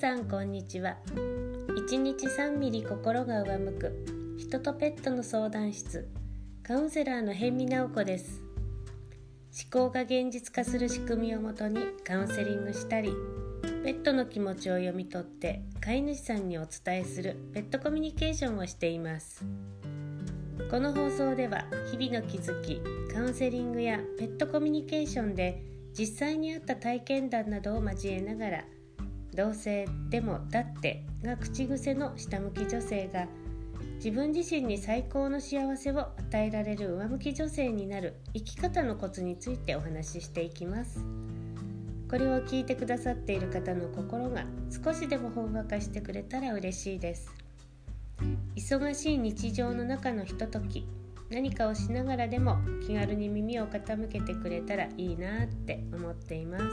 さんこんにちは。1日3ミリ心が上向く人とペットの相談室、カウンセラーの辺見直子です。思考が現実化する仕組みをもとにカウンセリングしたり、ペットの気持ちを読み取って飼い主さんにお伝えするペットコミュニケーションをしています。この放送では日々の気づき、カウンセリングやペットコミュニケーションで実際にあった体験談などを交えながら、どうせでもだってが口癖の下向き女性が自分自身に最高の幸せを与えられる上向き女性になる生き方のコツについてお話ししていきます。これを聞いてくださっている方の心が少しでもほんわかしてくれたら嬉しいです。忙しい日常の中のひととき、何かをしながらでも気軽に耳を傾けてくれたらいいなって思っています。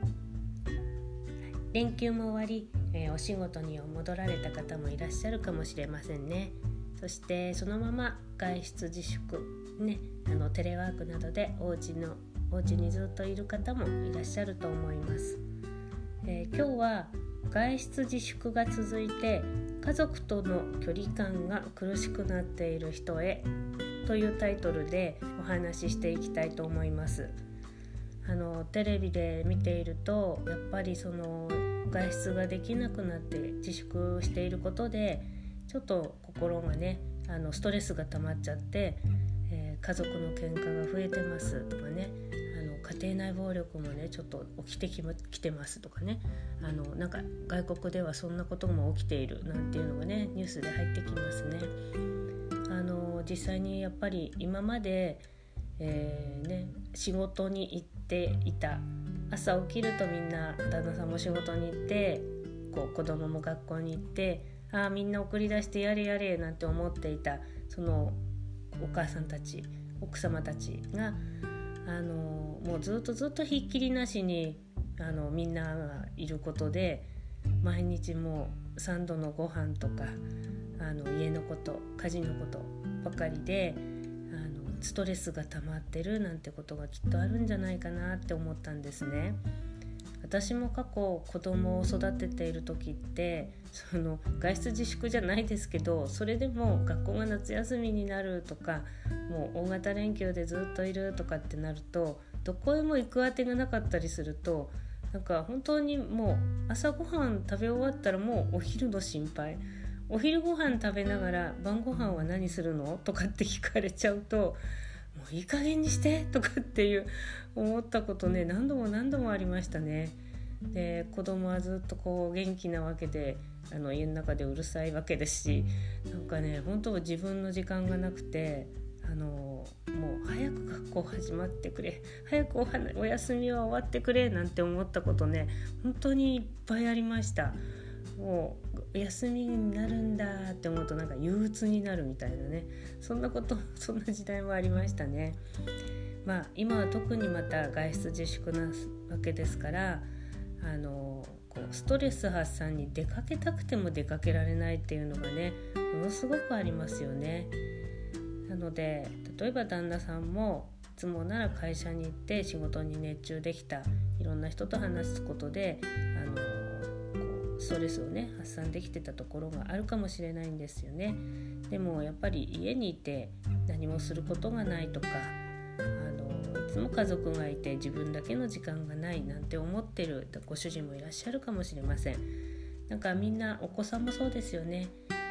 連休も終わり、お仕事に戻られた方もいらっしゃるかもしれませんね。そしてそのまま外出自粛、テレワークなどでお家にずっといる方もいらっしゃると思います。今日は外出自粛が続いて家族との距離感が苦しくなっている人へというタイトルでお話ししていきたいと思います。テレビで見ているとやっぱりその外出ができなくなって自粛していることでちょっと心がねストレスが溜まっちゃって、家族の喧嘩が増えてますとかね、家庭内暴力もねちょっと起きてますとかね、なんか外国ではそんなことも起きているなんていうのがねニュースで入ってきますね。実際にやっぱり今まで、仕事に行っていた、朝起きるとみんな旦那さんも仕事に行って子供も学校に行って、みんな送り出してやれやれなんて思っていたそのお母さんたち奥様たちがもうずっとひっきりなしにみんながいることで毎日もう3度のご飯とか家のこと家事のことばかりでストレスが溜まってるなんてことがきっとあるんじゃないかなって思ったんですね。私も過去子供を育てている時って外出自粛じゃないですけど、それでも学校が夏休みになるとかもう大型連休でずっといるとかってなるとどこへも行くあてがなかったりすると、なんか本当にもう朝ごはん食べ終わったらもうお昼の心配、お昼ご飯食べながら晩ご飯は何するのとかって聞かれちゃうと、もういい加減にしてとかっていう思ったことね何度もありましたね。で子供はずっと元気なわけで家の中でうるさいわけですし、なんかね本当は自分の時間がなくてもう早く学校始まってくれ、早くお休みは終わってくれなんて思ったことね本当にいっぱいありました。もう休みになるんだって思うとなんか憂鬱になるみたいなね、そんな時代もありましたね。今は特にまた外出自粛なわけですからストレス発散に出かけたくても出かけられないっていうのがねものすごくありますよね。なので例えば旦那さんもいつもなら会社に行って仕事に熱中できた、いろんな人と話すことでストレスをね発散できてたところがあるかもしれないんですよね。でもやっぱり家にいて何もすることがないとかいつも家族がいて自分だけの時間がないなんて思ってるご主人もいらっしゃるかもしれません。なんかみんなお子さんもそうですよね。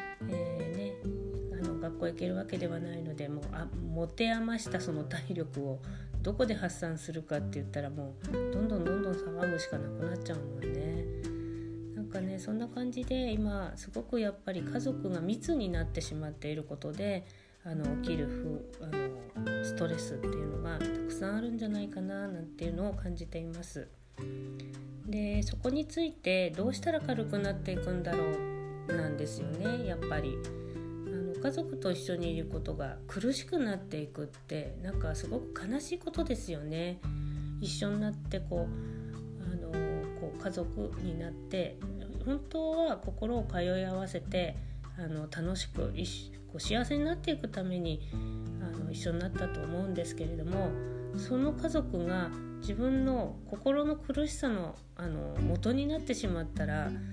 学校行けるわけではないのでもう持て余したその体力をどこで発散するかって言ったらもうどんどん騒ぐしかなくなっちゃうもんね。なんかねそんな感じで今すごくやっぱり家族が密になってしまっていることで起きるストレスっていうのがたくさんあるんじゃないかななんていうのを感じています。でそこについてどうしたら軽くなっていくんだろうなんですよね。やっぱり家族と一緒にいることが苦しくなっていくってなんかすごく悲しいことですよね。一緒になって家族になって本当は心を通い合わせて楽しく幸せになっていくために一緒になったと思うんですけれども、その家族が自分の心の苦しさの元になってしまったら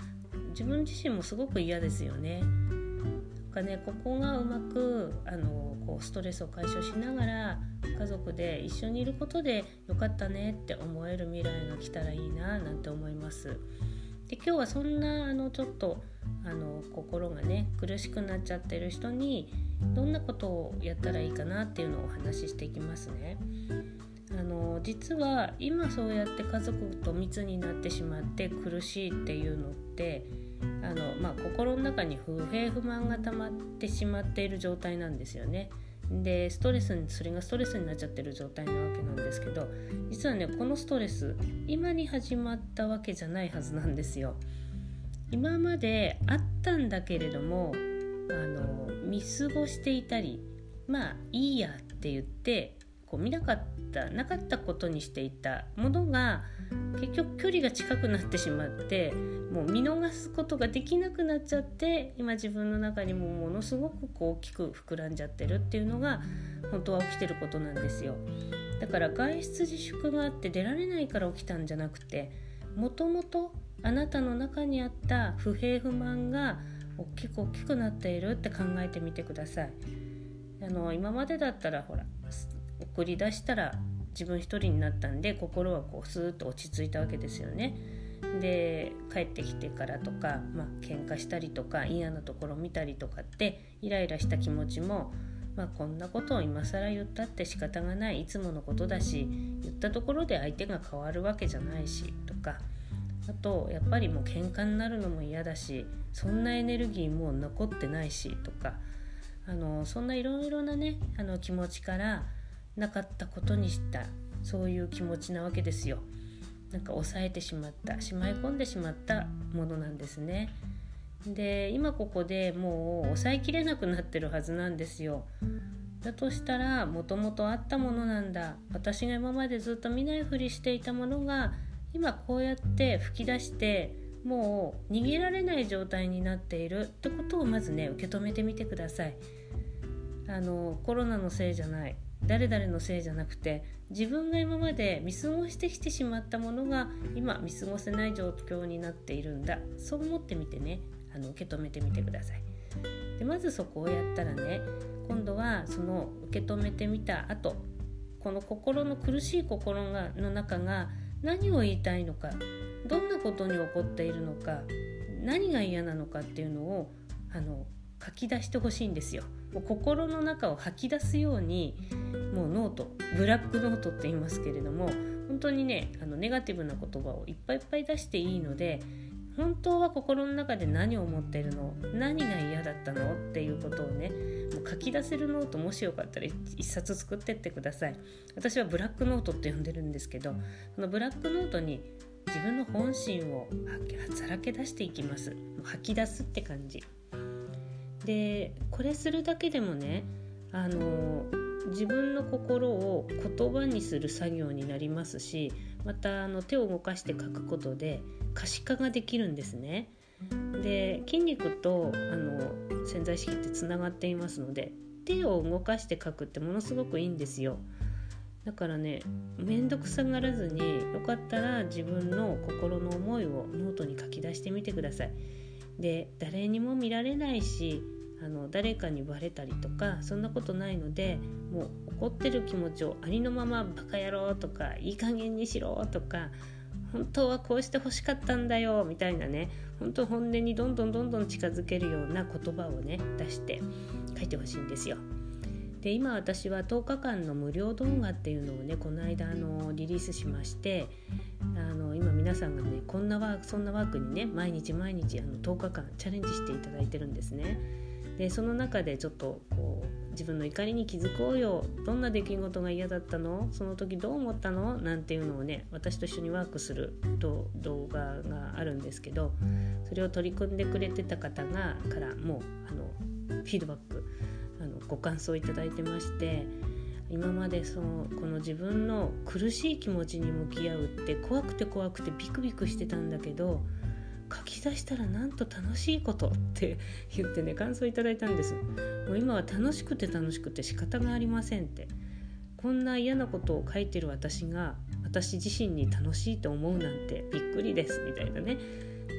自分自身もすごく嫌ですよね。ここがうまくストレスを解消しながら家族で一緒にいることでよかったねって思える未来が来たらいいななんて思います。で今日はそんなちょっと心がね苦しくなっちゃってる人にどんなことをやったらいいかなっていうのをお話ししていきますね。実は今そうやって家族と密になってしまって苦しいっていうのって心の中に不平不満が溜まってしまっている状態なんですよね。でそれがストレスになっちゃってる状態なわけなんですけど、実はねこのストレス今に始まったわけじゃないはずなんですよ。今まであったんだけれども見過ごしていたりいいやって言ってなかったことにしていたものが結局距離が近くなってしまってもう見逃すことができなくなっちゃって、今自分の中にもものすごく大きく膨らんじゃってるっていうのが本当は起きてることなんですよ。だから外出自粛があって出られないから起きたんじゃなくて、もともとあなたの中にあった不平不満が大きくなっているって考えてみてください。今までだったら送り出したら自分一人になったんで心はスーッと落ち着いたわけですよね。で帰ってきてからとか、喧嘩したりとか嫌なところ見たりとかってイライラした気持ちも、こんなことを今更言ったって仕方がない、いつものことだし、言ったところで相手が変わるわけじゃないしとか、あとやっぱりもう喧嘩になるのも嫌だし、そんなエネルギーもう残ってないしとか、そんないろいろなね気持ちからなかったことにしたそういう気持ちなわけですよ。抑えてしまったしまい込んでしまったものなんですね。で今ここでもう抑えきれなくなってるはずなんですよ。だとしたらもともとあったものなんだ、私が今までずっと見ないふりしていたものが今こうやって吹き出してもう逃げられない状態になっているってことをまずね受け止めてみてください。コロナのせいじゃない、誰々のせいじゃなくて、自分が今まで見過ごしてきてしまったものが今見過ごせない状況になっているんだ、そう思ってみてね受け止めてみてください。でまずそこをやったらね、今度はその受け止めてみた後、この苦しい心の中が何を言いたいのか、どんなことに起こっているのか、何が嫌なのかっていうのを書き出してほしいんですよ。もう心の中を吐き出すように、もうノート、ブラックノートって言いますけれども、本当にねネガティブな言葉をいっぱいいっぱい出していいので、本当は心の中で何を思っているの、何が嫌だったのっていうことをねもう書き出せるノート、もしよかったら一冊作ってってください。私はブラックノートって呼んでるんですけど、このブラックノートに自分の本心をさらけ出していきます。もう吐き出すって感じで、これするだけでもね自分の心を言葉にする作業になりますし、また手を動かして書くことで可視化ができるんですね。で筋肉と潜在意識ってつながっていますので、手を動かして書くってものすごくいいんですよ。だからねめんどくさがらずに、よかったら自分の心の思いをノートに書き出してみてください。で誰にも見られないし誰かにバレたりとかそんなことないので、もう怒ってる気持ちをありのままバカ野郎とかいい加減にしろとか、本当はこうして欲しかったんだよみたいなね、本当本音にどんどん近づけるような言葉をね出して書いてほしいんですよ。で今私は10日間の無料動画っていうのをねこの間リリースしまして、今皆さんがねそんなワークにね毎日10日間チャレンジしていただいてるんですね。でその中でちょっと自分の怒りに気づこうよ、どんな出来事が嫌だったの、その時どう思ったのなんていうのをね私と一緒にワークする動画があるんですけど、それを取り組んでくれてた方からもうフィードバックご感想いただいてまして、今までこの自分の苦しい気持ちに向き合うって怖くてビクビクしてたんだけど、書き出したらなんと楽しいことって言ってね感想いただいたんです。もう今は楽しくて仕方がありませんって、こんな嫌なことを書いてる私が私自身に楽しいと思うなんてびっくりですみたいなね。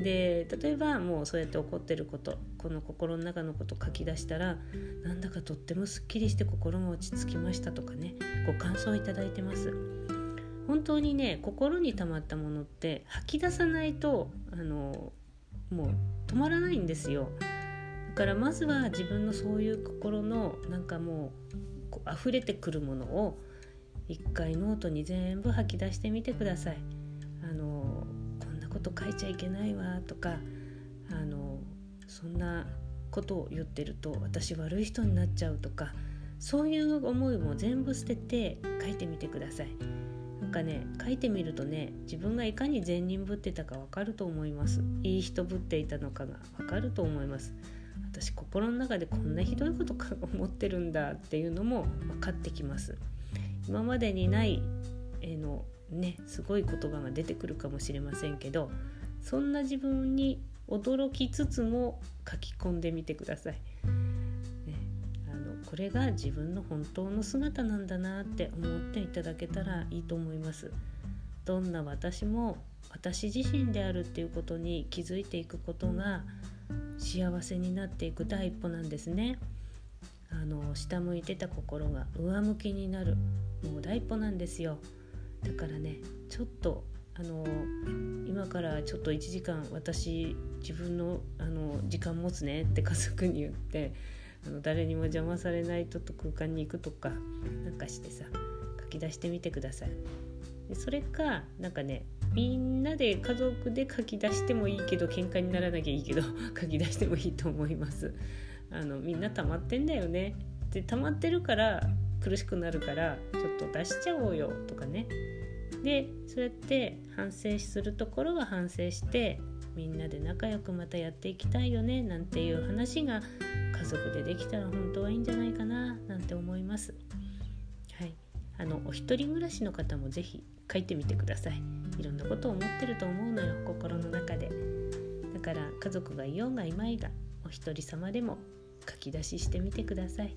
で例えばもうそうやって怒ってること、この心の中のこと書き出したら、なんだかとってもすっきりして心も落ち着きましたとかね、ご感想いただいてます。本当にね、心に溜まったものって吐き出さないともう止まらないんですよ。だからまずは自分のそういう心のなんかもう溢れてくるものを一回ノートに全部吐き出してみてください。こんなこと書いちゃいけないわとか、そんなことを言ってると私悪い人になっちゃうとか、そういう思いも全部捨てて書いてみてください。なんかね、書いてみるとね、自分がいかに善人ぶってたか分かると思います。いい人ぶっていたのかが分かると思います。私心の中でこんなひどいことか思ってるんだっていうのも分かってきます。今までにないすごい言葉が出てくるかもしれませんけど、そんな自分に驚きつつも書き込んでみてください。これが自分の本当の姿なんだなって思っていただけたらいいと思います。どんな私も私自身であるっていうことに気づいていくことが幸せになっていく第一歩なんですね。下向いてた心が上向きになる、もう第一歩なんですよ。だからね、ちょっと今からちょっと1時間私自分の時間持つねって家族に言って、誰にも邪魔されないと空間に行くとかなんかしてさ、書き出してみてください。でそれかなんかね、みんなで家族で書き出してもいいけど、喧嘩にならなきゃいいけど書き出してもいいと思います。みんな溜まってんだよね。で溜まってるから苦しくなるからちょっと出しちゃおうよとかね。でそうやって反省するところは反省して、みんなで仲良くまたやっていきたいよねなんていう話が家族でできたら本当はいいんじゃないかななんて思います。はい、お一人暮らしの方もぜひ書いてみてください。いろんなことを思ってると思うのよ、心の中で。だから家族がいようがいまいが、お一人様でも書き出ししてみてください。はい、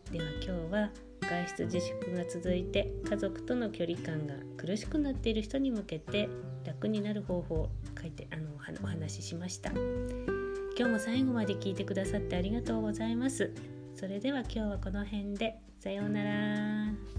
では今日は外出自粛が続いて家族との距離感が苦しくなっている人に向けて楽になる方法を書いてお話ししました。今日も最後まで聞いてくださってありがとうございます。それでは今日はこの辺で、さようなら。